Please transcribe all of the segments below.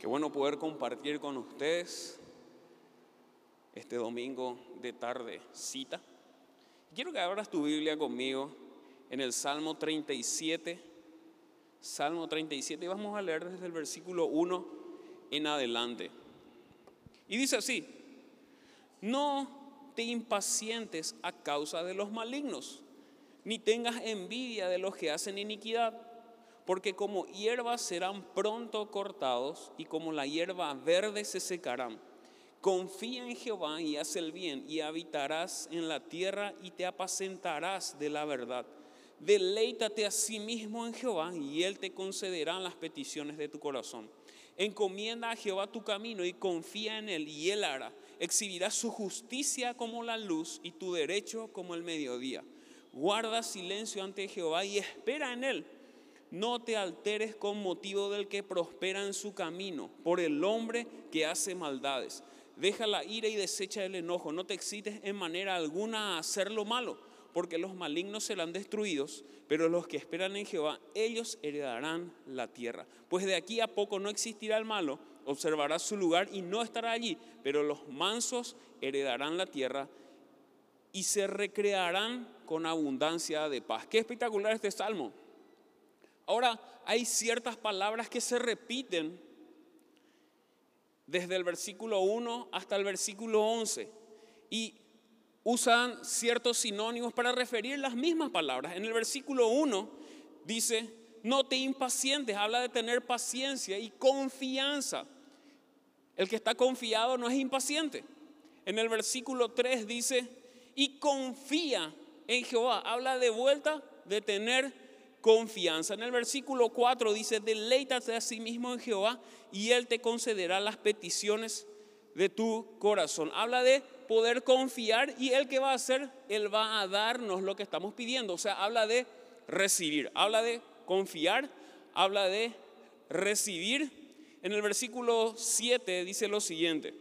Qué bueno poder compartir con ustedes este domingo de tardecita. Quiero que abras tu Biblia conmigo en el Salmo 37. Salmo 37, y vamos a leer desde el versículo 1 en adelante. Y dice así: no te impacientes a causa de los malignos, ni tengas envidia de los que hacen iniquidad, porque como hierba serán pronto cortados, y como la hierba verde se secarán. Confía en Jehová y haz el bien, y habitarás en la tierra y te apacentarás de la verdad. Deleítate a sí mismo en Jehová, y Él te concederá las peticiones de tu corazón. Encomienda a Jehová tu camino y confía en Él, y Él hará. Exhibirá su justicia como la luz y tu derecho como el mediodía. Guarda silencio ante Jehová y espera en Él. No te alteres con motivo del que prospera en su camino, por el hombre que hace maldades. Deja la ira y desecha el enojo. No te excites en manera alguna a hacer lo malo, porque los malignos serán destruidos, pero los que esperan en Jehová, ellos heredarán la tierra. Pues de aquí a poco no existirá el malo, observará su lugar y no estará allí, pero los mansos heredarán la tierra y se recrearán con abundancia de paz. Qué espectacular este salmo. Ahora, hay ciertas palabras que se repiten desde el versículo 1 hasta el versículo 11 y usan ciertos sinónimos para referir las mismas palabras. En el versículo 1 dice: no te impacientes, habla de tener paciencia y confianza. El que está confiado no es impaciente. En el versículo 3 dice: y confía en Jehová, habla de vuelta de tener confianza. En el versículo 4 dice: deleítate a sí mismo en Jehová y Él te concederá las peticiones de tu corazón. Habla de poder confiar, y Él, ¿qué va a hacer? Él va a darnos lo que estamos pidiendo. O sea, habla de recibir, habla de confiar, habla de recibir. En el versículo 7 dice lo siguiente: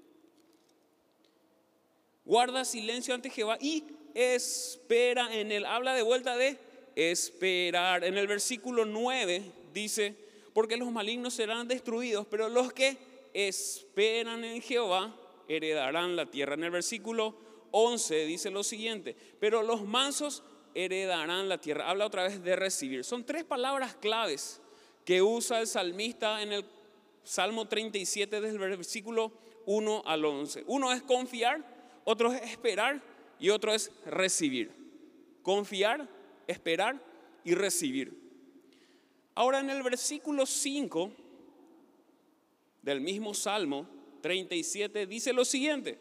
guarda silencio ante Jehová y espera en Él. Habla de vuelta de esperar. En el versículo 9 dice: porque los malignos serán destruidos, pero los que esperan en Jehová heredarán la tierra. En el versículo 11 dice lo siguiente: pero los mansos heredarán la tierra. Habla otra vez de recibir. Son tres palabras claves que usa el salmista en el Salmo 37 desde el versículo 1 al 11. Uno es confiar, otro es esperar y otro es recibir. Confiar, esperar y recibir. Ahora, en el versículo 5 del mismo Salmo 37 dice lo siguiente: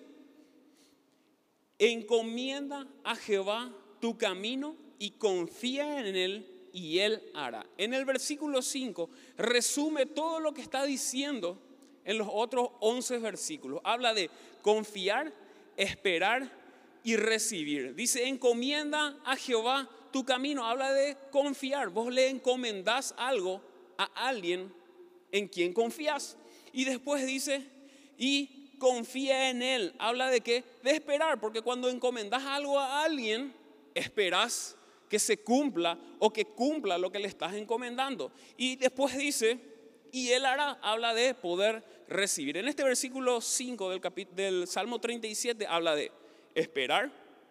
encomienda a Jehová tu camino y confía en Él y Él hará. En el versículo 5 resume todo lo que está diciendo en los otros 11 versículos. Habla de confiar, esperar y recibir. Dice: encomienda a Jehová tu camino. Habla de confiar. Vos le encomendás algo a alguien en quien confías. Y después dice: y confía en Él. Habla de qué? De esperar, porque cuando encomendás algo a alguien, esperás que se cumpla o que cumpla lo que le estás encomendando. Y después dice: y Él hará. Habla de poder recibir. En este versículo 5 del Salmo 37 habla de esperar,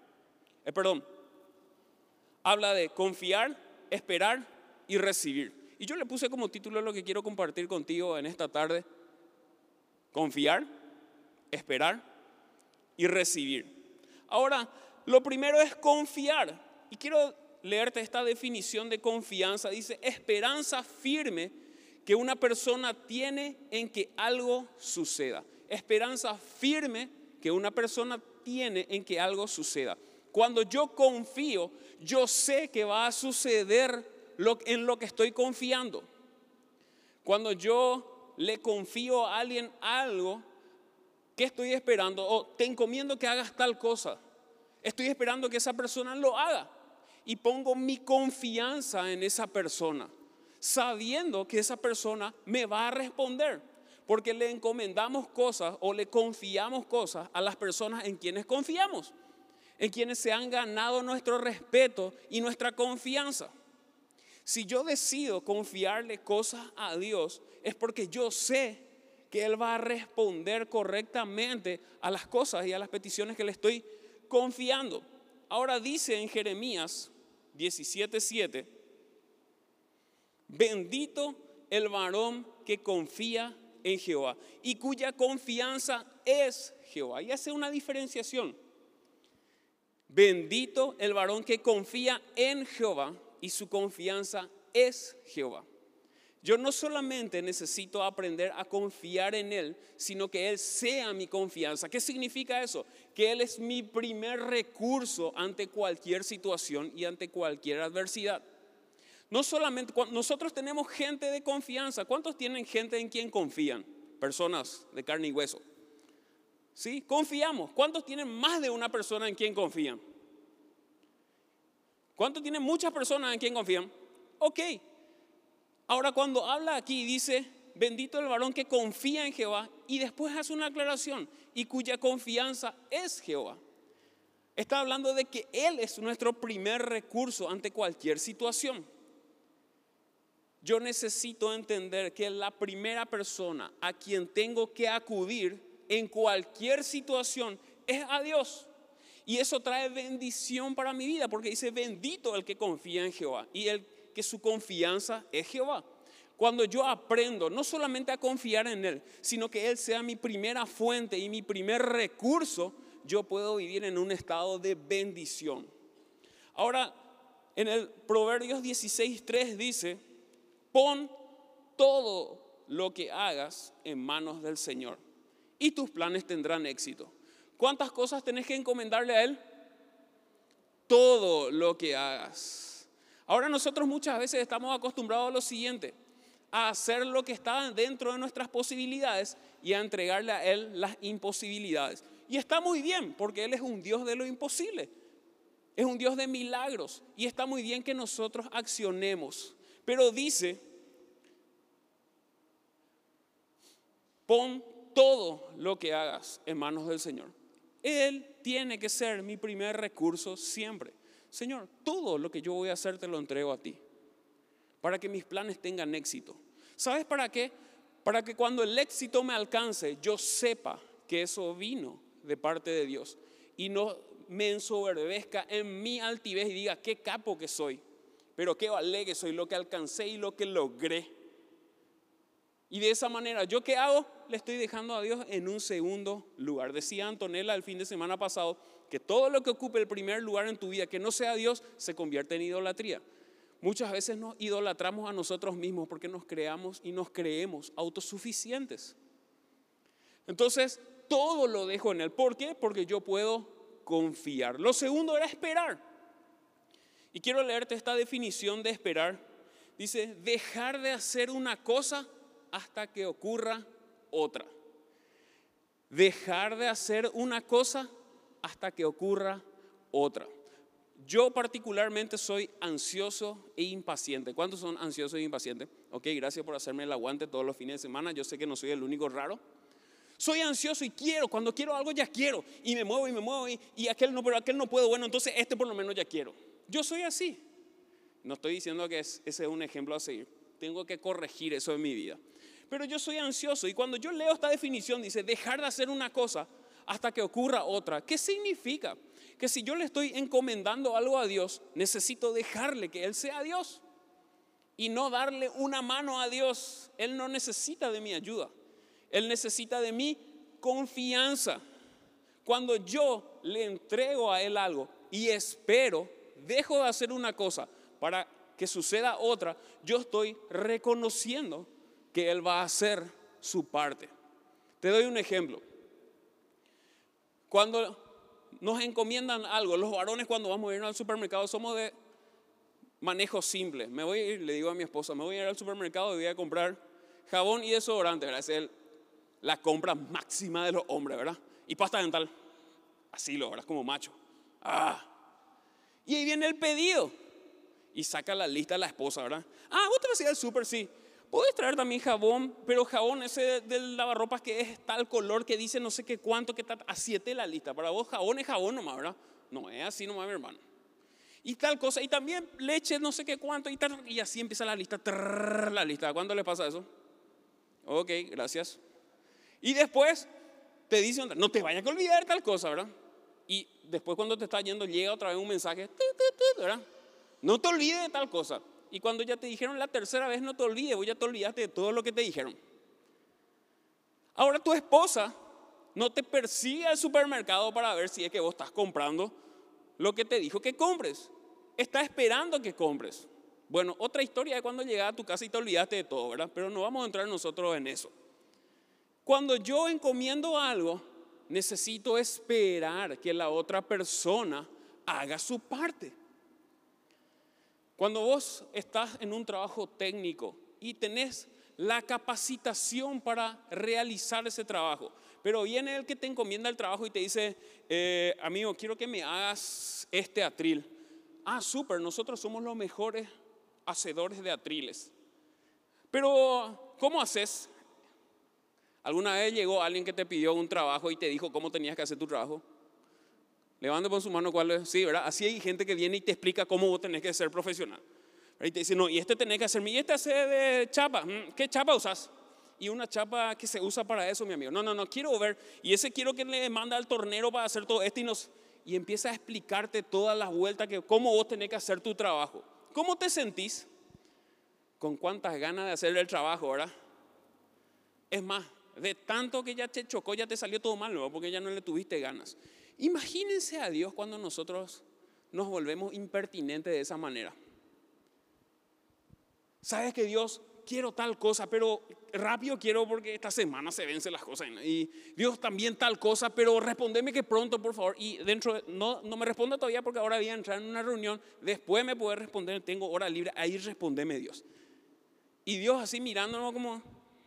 habla de confiar, esperar y recibir. Y yo le puse como título lo que quiero compartir contigo en esta tarde: confiar, esperar y recibir. Ahora, lo primero es confiar. Y quiero leerte esta definición de confianza. Dice: esperanza firme que una persona tiene en que algo suceda. Esperanza firme que una persona tiene en que algo suceda. Cuando yo confío, yo sé que va a suceder en lo que estoy confiando. Cuando yo le confío a alguien algo, ¿qué estoy esperando? O te encomiendo que hagas tal cosa. Estoy esperando que esa persona lo haga y pongo mi confianza en esa persona, sabiendo que esa persona me va a responder, porque le encomendamos cosas o le confiamos cosas a las personas en quienes confiamos, en quienes se han ganado nuestro respeto y nuestra confianza. Si yo decido confiarle cosas a Dios, es porque yo sé que Él va a responder correctamente a las cosas y a las peticiones que le estoy confiando. Ahora dice en Jeremías 17:7, bendito el varón que confía en Jehová y cuya confianza es Jehová. Y hace una diferenciación. Bendito el varón que confía en Jehová y su confianza es Jehová. Yo no solamente necesito aprender a confiar en Él, sino que Él sea mi confianza. ¿Qué significa eso? Que Él es mi primer recurso ante cualquier situación y ante cualquier adversidad. No solamente, nosotros tenemos gente de confianza. ¿Cuántos tienen gente en quien confían? Personas de carne y hueso. ¿Sí? Confiamos. ¿Cuántos tienen más de una persona en quien confían? ¿Cuántos tienen muchas personas en quien confían? Ok. Ahora cuando habla aquí dice, bendito el varón que confía en Jehová, y después hace una aclaración, y cuya confianza es Jehová. Está hablando de que Él es nuestro primer recurso ante cualquier situación. Yo necesito entender que la primera persona a quien tengo que acudir en cualquier situación es a Dios. Y eso trae bendición para mi vida, porque dice, bendito el que confía en Jehová y el que su confianza es Jehová. Cuando yo aprendo no solamente a confiar en Él, sino que Él sea mi primera fuente y mi primer recurso, yo puedo vivir en un estado de bendición. Ahora, en el Proverbios 16:3 dice, pon todo lo que hagas en manos del Señor y tus planes tendrán éxito. ¿Cuántas cosas tenés que encomendarle a Él? Todo lo que hagas. Ahora nosotros muchas veces estamos acostumbrados a lo siguiente, a hacer lo que está dentro de nuestras posibilidades y a entregarle a Él las imposibilidades. Y está muy bien, porque Él es un Dios de lo imposible. Es un Dios de milagros y está muy bien que nosotros accionemos. Pero dice, pon todo lo que hagas en manos del Señor. Él tiene que ser mi primer recurso siempre. Señor, todo lo que yo voy a hacer te lo entrego a ti, para que mis planes tengan éxito. ¿Sabes para qué? Para que cuando el éxito me alcance, yo sepa que eso vino de parte de Dios y no me ensoberbezca en mi altivez y diga qué capo que soy, pero qué vale que soy, lo que alcancé y lo que logré. Y de esa manera, ¿yo qué hago? Le estoy dejando a Dios en un segundo lugar. Decía Antonella el fin de semana pasado que todo lo que ocupe el primer lugar en tu vida, que no sea Dios, se convierte en idolatría. Muchas veces nos idolatramos a nosotros mismos porque nos creamos y nos creemos autosuficientes. Entonces, todo lo dejo en Él. ¿Por qué? Porque yo puedo confiar. Lo segundo era esperar. Y quiero leerte esta definición de esperar. Dice, dejar de hacer una cosa hasta que ocurra otra. Dejar de hacer una cosa hasta que ocurra otra. Yo particularmente soy ansioso e impaciente. ¿Cuántos son ansiosos e impacientes? Ok, gracias por hacerme el aguante todos los fines de semana. Yo sé que no soy el único raro. Soy ansioso y quiero, cuando quiero algo ya quiero. Y me muevo y aquel no, pero aquel no puedo. Bueno, entonces este por lo menos ya quiero. Yo soy así. No estoy diciendo que ese es un ejemplo a seguir. Tengo que corregir eso en mi vida. Pero yo soy ansioso y cuando yo leo esta definición dice dejar de hacer una cosa hasta que ocurra otra. ¿Qué significa? Que si yo le estoy encomendando algo a Dios, necesito dejarle que Él sea Dios y no darle una mano a Dios. Él no necesita de mi ayuda, Él necesita de mi confianza. Cuando yo le entrego a Él algo y espero, dejo de hacer una cosa para que suceda otra, yo estoy reconociendo que Él va a hacer su parte. Te doy un ejemplo. Cuando nos encomiendan algo, los varones cuando vamos a ir al supermercado somos de manejo simple. Me voy a ir, le digo a mi esposa, me voy a ir al supermercado y voy a comprar jabón y desodorante, ¿verdad? Es la compra máxima de los hombres, ¿verdad? Y pasta dental, así lo, ¿verdad? Como macho. Y ahí viene el pedido y saca la lista la esposa, ¿verdad? Vos te vas a ir al súper, sí. Puedes traer también jabón, pero jabón ese del lavarropas que es tal color que dice no sé qué cuánto, que tal, así está la lista. Para vos jabón es jabón nomás, ¿verdad? No es así nomás, mi hermano. Y tal cosa, y también leche no sé qué cuánto, y así empieza la lista. La lista, ¿cuándo le pasa eso? Ok, gracias. Y después te dicen, no te vayas a olvidar tal cosa, ¿verdad? Y después cuando te está yendo llega otra vez un mensaje, ¿verdad? No te olvides de tal cosa. Y cuando ya te dijeron la tercera vez, no te olvides, vos ya te olvidaste de todo lo que te dijeron. Ahora tu esposa no te persigue al supermercado para ver si es que vos estás comprando lo que te dijo que compres. Está esperando que compres. Bueno, otra historia es cuando llegas a tu casa y te olvidaste de todo, ¿verdad? Pero no vamos a entrar nosotros en eso. Cuando yo encomiendo algo, necesito esperar que la otra persona haga su parte. Cuando vos estás en un trabajo técnico y tenés la capacitación para realizar ese trabajo, pero viene el que te encomienda el trabajo y te dice, amigo, quiero que me hagas este atril. Ah, súper, nosotros somos los mejores hacedores de atriles. Pero, ¿cómo haces? ¿Alguna vez llegó alguien que te pidió un trabajo y te dijo cómo tenías que hacer tu trabajo? Levante por su mano cuál es. Sí, ¿verdad? Así hay gente que viene y te explica cómo vos tenés que ser profesional. Y te dice, no, y este tenés que hacer, y este hace de chapa. ¿Qué chapa usas? Y una chapa que se usa para eso, mi amigo. No, quiero ver. Y ese quiero que le manda al tornero para hacer todo esto y empieza a explicarte todas las vueltas que cómo vos tenés que hacer tu trabajo. ¿Cómo te sentís? Con cuántas ganas de hacer el trabajo, ¿verdad? Es más, de tanto que ya te chocó, ya te salió todo mal, ¿no? Porque ya no le tuviste ganas. Imagínense a Dios cuando nosotros nos volvemos impertinentes de esa manera. Sabes que Dios, quiero tal cosa, pero rápido quiero porque esta semana se vencen las cosas. Y Dios también tal cosa, pero respondeme que pronto, por favor. Y no me responda todavía porque ahora voy a entrar en una reunión. Después me puede responder, tengo hora libre. Ahí respondeme, Dios. Y Dios así mirándonos como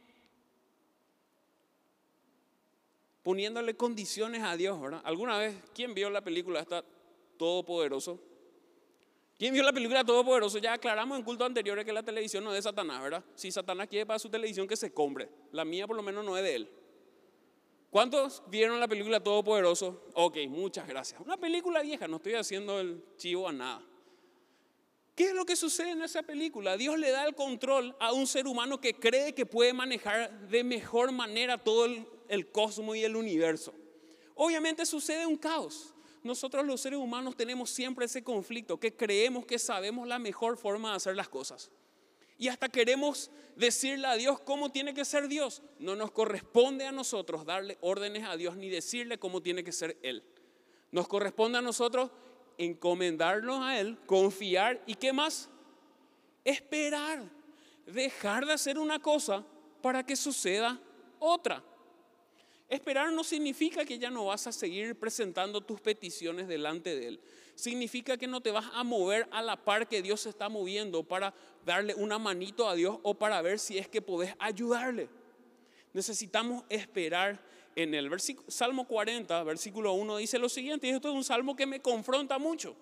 poniéndole condiciones a Dios, ¿verdad? ¿Alguna vez, quién vio la película esta Todopoderoso? ¿Quién vio la película Todopoderoso? Ya aclaramos en cultos anteriores que la televisión no es de Satanás, ¿verdad? Si Satanás quiere para su televisión que se compre. La mía por lo menos no es de él. ¿Cuántos vieron la película Todopoderoso? Ok, muchas gracias. Una película vieja, no estoy haciendo el chivo a nada. ¿Qué es lo que sucede en esa película? Dios le da el control a un ser humano que cree que puede manejar de mejor manera todo el cosmos y el universo. Obviamente sucede un caos. Nosotros los seres humanos tenemos siempre ese conflicto, que creemos que sabemos la mejor forma de hacer las cosas. Y hasta queremos decirle a Dios cómo tiene que ser Dios. No nos corresponde a nosotros darle órdenes a Dios ni decirle cómo tiene que ser Él. Nos corresponde a nosotros encomendarnos a Él, confiar y ¿qué más? Esperar. Dejar de hacer una cosa para que suceda otra. Esperar no significa que ya no vas a seguir presentando tus peticiones delante de Él. Significa que no te vas a mover a la par que Dios se está moviendo para darle una manito a Dios o para ver si es que podés ayudarle. Necesitamos esperar en Él. Salmo 40, versículo 1 dice lo siguiente, y esto es un salmo que me confronta mucho.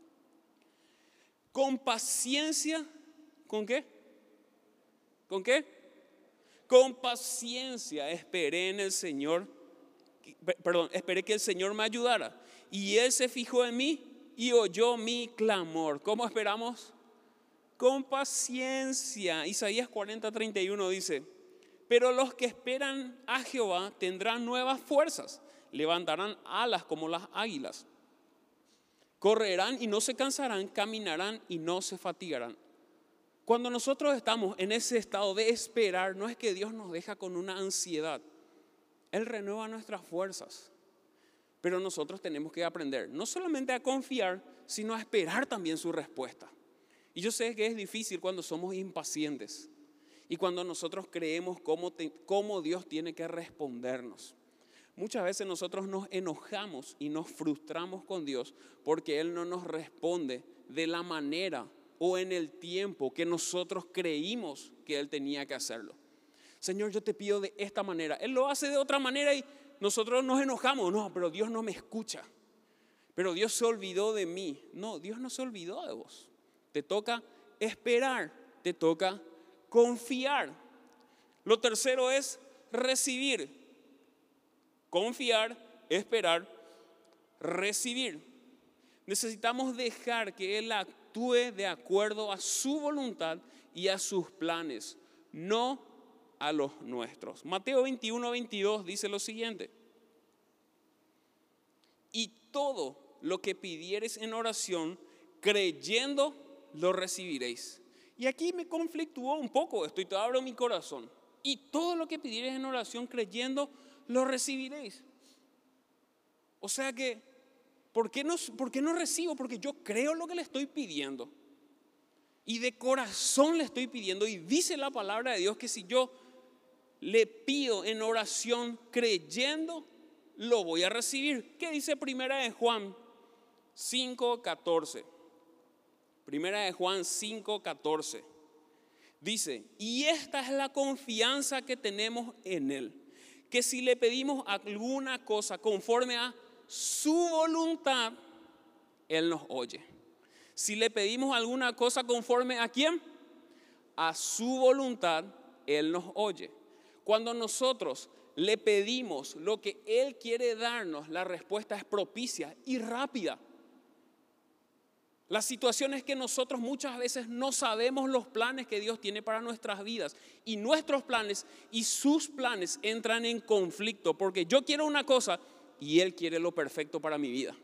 Con paciencia, ¿con qué? ¿Con qué? Con paciencia esperé en el Señor, esperé que el Señor me ayudara. Y Él se fijó en mí y oyó mi clamor. ¿Cómo esperamos? Con paciencia. Isaías 40:31 dice, pero los que esperan a Jehová tendrán nuevas fuerzas, levantarán alas como las águilas. Correrán y no se cansarán, caminarán y no se fatigarán. Cuando nosotros estamos en ese estado de esperar, no es que Dios nos deja con una ansiedad. Él renueva nuestras fuerzas. Pero nosotros tenemos que aprender no solamente a confiar, sino a esperar también su respuesta. Y yo sé que es difícil cuando somos impacientes y cuando nosotros creemos cómo Dios tiene que respondernos. Muchas veces nosotros nos enojamos y nos frustramos con Dios porque Él no nos responde de la manera o en el tiempo que nosotros creímos que Él tenía que hacerlo. Señor, yo te pido de esta manera. Él lo hace de otra manera y nosotros nos enojamos. No, pero Dios no me escucha. Pero Dios se olvidó de mí. No, Dios no se olvidó de vos. Te toca esperar, te toca confiar. Lo tercero es recibir. Confiar, esperar, recibir. Necesitamos dejar que Él actúe de acuerdo a su voluntad y a sus planes, no a los nuestros. Mateo 21:22 dice lo siguiente: y todo lo que pidiereis en oración, creyendo, lo recibiréis. Y aquí me conflictuó un poco esto y te abro mi corazón. Y todo lo que pidiereis en oración, creyendo, lo recibiréis. O sea que, ¿por qué no recibo? Porque yo creo lo que le estoy pidiendo. Y de corazón le estoy pidiendo. Y dice la palabra de Dios que si yo le pido en oración creyendo, lo voy a recibir. ¿Qué dice Primera de Juan 5:14? Primera de Juan 5:14. Dice, y esta es la confianza que tenemos en Él, que si le pedimos alguna cosa conforme a su voluntad, Él nos oye. Si le pedimos alguna cosa conforme a ¿quién? A su voluntad, Él nos oye. Cuando nosotros le pedimos lo que Él quiere darnos, la respuesta es propicia y rápida. La situación es que nosotros muchas veces no sabemos los planes que Dios tiene para nuestras vidas. Y nuestros planes y sus planes entran en conflicto. Porque yo quiero una cosa y Él quiere lo perfecto para mi vida.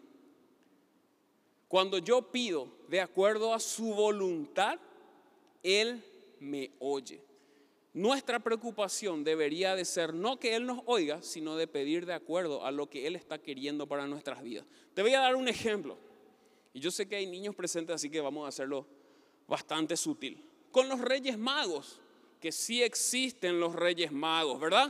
Cuando yo pido de acuerdo a su voluntad, Él me oye. Nuestra preocupación debería de ser no que Él nos oiga, sino de pedir de acuerdo a lo que Él está queriendo para nuestras vidas. Te voy a dar un ejemplo. Y yo sé que hay niños presentes, así que vamos a hacerlo bastante sutil. Con los Reyes Magos, que sí existen los Reyes Magos, ¿verdad?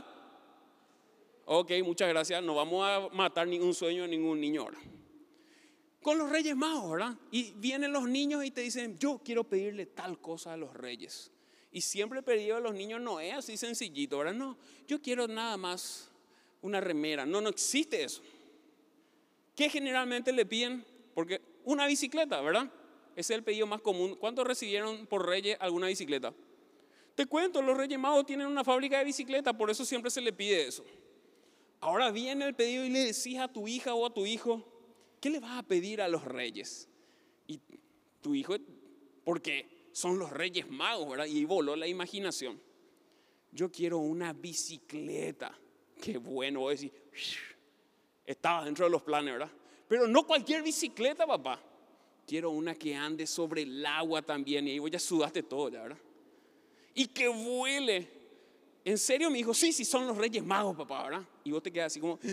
Ok, muchas gracias. No vamos a matar ningún sueño de ningún niño ahora. Con los Reyes Magos, ¿verdad? Y vienen los niños y te dicen, yo quiero pedirle tal cosa a los Reyes. Y siempre he pedido a los niños, no es así sencillito, ¿verdad? No, yo quiero nada más una remera. No existe eso. ¿Qué generalmente le piden? Porque una bicicleta, ¿verdad? Ese es el pedido más común. ¿Cuántos recibieron por Reyes alguna bicicleta? Te cuento, los Reyes Magos tienen una fábrica de bicicletas, por eso siempre se le pide eso. Ahora viene el pedido y le decís a tu hija o a tu hijo, ¿qué le vas a pedir a los Reyes? Y tu hijo, porque son los Reyes Magos, ¿verdad? Y voló la imaginación. Yo quiero una bicicleta. Qué bueno, voy a decir, estaba dentro de los planes, ¿verdad? Pero no cualquier bicicleta, papá. Quiero una que ande sobre el agua también. Y ahí vos ya sudaste todo, ¿ya, verdad? Y que vuele. ¿En serio, mi hijo? Sí, son los Reyes Magos, papá, ¿verdad? Y vos te quedas así como,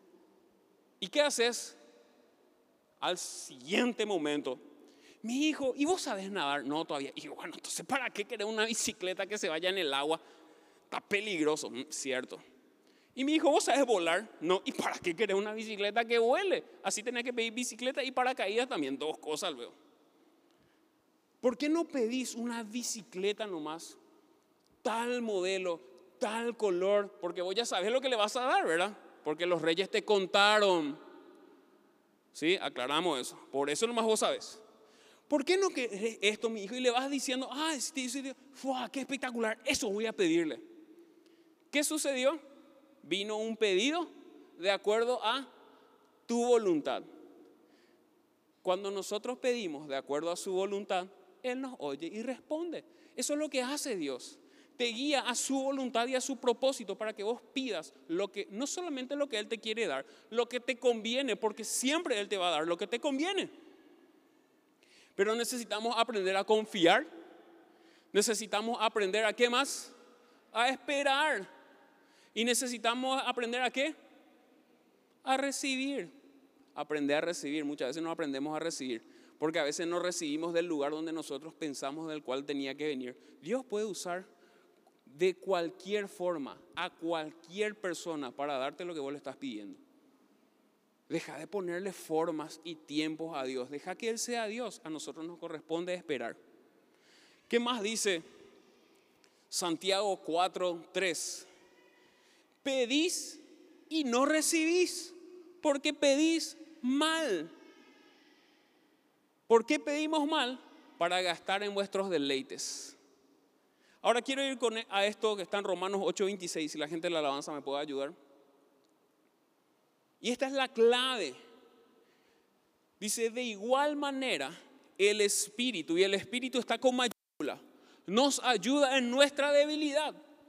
¿y qué haces? Al siguiente momento, mi hijo, ¿y vos sabés nadar? No, todavía. Y yo, bueno, entonces, ¿para qué querés una bicicleta que se vaya en el agua? Está peligroso, cierto. Y mi hijo, ¿vos sabés volar? No, ¿y para qué querés una bicicleta que vuele? Así tenés que pedir bicicleta y paracaídas también, dos cosas luego. ¿Por qué no pedís una bicicleta nomás? Tal modelo, tal color, porque vos ya sabés lo que le vas a dar, ¿verdad? Porque los Reyes te contaron. ¿Sí? Aclaramos eso. Por eso nomás vos sabés. ¿Por qué no querés esto, mi hijo? Y le vas diciendo, qué espectacular, eso voy a pedirle. ¿Qué sucedió? Vino un pedido de acuerdo a tu voluntad. Cuando nosotros pedimos de acuerdo a su voluntad, Él nos oye y responde. Eso es lo que hace Dios. Te guía a su voluntad y a su propósito para que vos pidas lo que, no solamente lo que Él te quiere dar, lo que te conviene, porque siempre Él te va a dar lo que te conviene. Pero necesitamos aprender a confiar. Necesitamos aprender a ¿qué más? A esperar. Y necesitamos aprender a ¿qué? A recibir. Aprender a recibir. Muchas veces no aprendemos a recibir, porque a veces no recibimos del lugar donde nosotros pensamos del cual tenía que venir. Dios puede usar de cualquier forma a cualquier persona para darte lo que vos le estás pidiendo. Deja de ponerle formas y tiempos a Dios. Deja que Él sea Dios. A nosotros nos corresponde esperar. ¿Qué más dice Santiago 4:3? Pedís y no recibís, porque pedís mal. ¿Por qué pedimos mal? Para gastar en vuestros deleites. Ahora quiero ir a esto que está en Romanos 8:26, si la gente de la alabanza me puede ayudar. Y esta es la clave. Dice, de igual manera, el Espíritu, y el Espíritu está con mayúscula, nos ayuda en nuestra debilidad.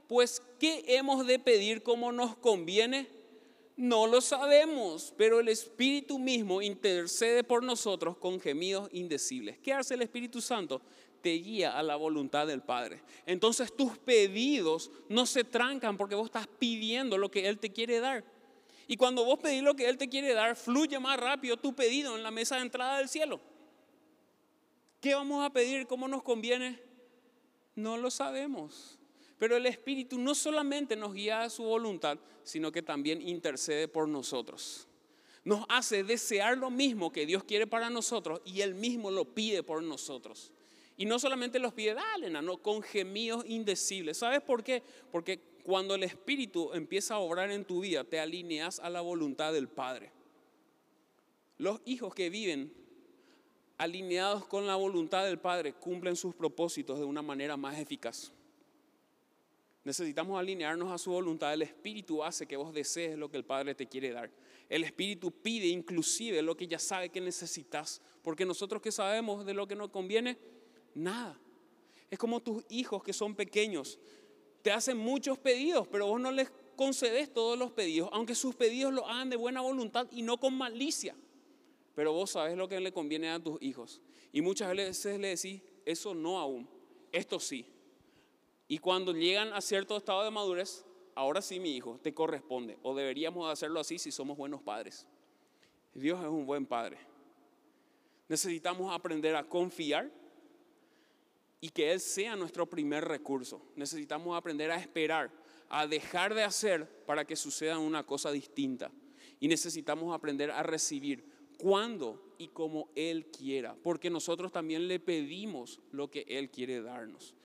Pues, ¿qué hemos de pedir como nos conviene? No lo sabemos, pero el Espíritu mismo intercede por nosotros con gemidos indecibles. ¿Qué hace el Espíritu Santo? Te guía a la voluntad del Padre. Entonces tus pedidos no se trancan porque vos estás pidiendo lo que Él te quiere dar. Y cuando vos pedís lo que Él te quiere dar, fluye más rápido tu pedido en la mesa de entrada del cielo. ¿Qué vamos a pedir? ¿Cómo nos conviene? No lo sabemos. Pero el Espíritu no solamente nos guía a su voluntad, sino que también intercede por nosotros. Nos hace desear lo mismo que Dios quiere para nosotros y Él mismo lo pide por nosotros. Y no solamente los pide, dale, no, con gemidos indecibles. ¿Sabes por qué? Porque cuando el Espíritu empieza a obrar en tu vida, te alineas a la voluntad del Padre. Los hijos que viven alineados con la voluntad del Padre cumplen sus propósitos de una manera más eficaz. Necesitamos alinearnos a su voluntad. El Espíritu hace que vos desees lo que el Padre te quiere dar. El Espíritu pide inclusive lo que ya sabe que necesitas. Porque nosotros, ¿qué sabemos de lo que nos conviene? Nada. Es como tus hijos que son pequeños. Te hacen muchos pedidos, pero vos no les concedes todos los pedidos, aunque sus pedidos lo hagan de buena voluntad y no con malicia. Pero vos sabés lo que le conviene a tus hijos. Y muchas veces le decís, eso no aún, esto sí. Y cuando llegan a cierto estado de madurez, ahora sí, mi hijo, te corresponde. O deberíamos hacerlo así si somos buenos padres. Dios es un buen padre. Necesitamos aprender a confiar y que Él sea nuestro primer recurso. Necesitamos aprender a esperar, a dejar de hacer para que suceda una cosa distinta. Y necesitamos aprender a recibir cuando y como Él quiera, porque nosotros también le pedimos lo que Él quiere darnos.